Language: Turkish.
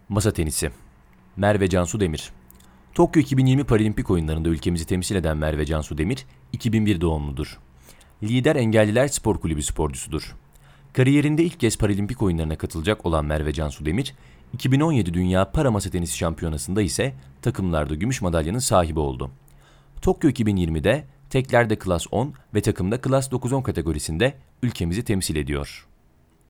Masa tenisi. Merve Cansu Demir. Tokyo 2020 Paralimpik oyunlarında ülkemizi temsil eden Merve Cansu Demir, 2001 doğumludur. Lider Engelliler Spor Kulübü sporcusudur. Kariyerinde ilk kez Paralimpik oyunlarına katılacak olan Merve Cansu Demir, 2017 Dünya Para Masa Tenisi Şampiyonası'nda ise takımlarda gümüş madalyanın sahibi oldu. Tokyo 2020'de teklerde Klas 10 ve takımda Klas 9-10 kategorisinde ülkemizi temsil ediyor.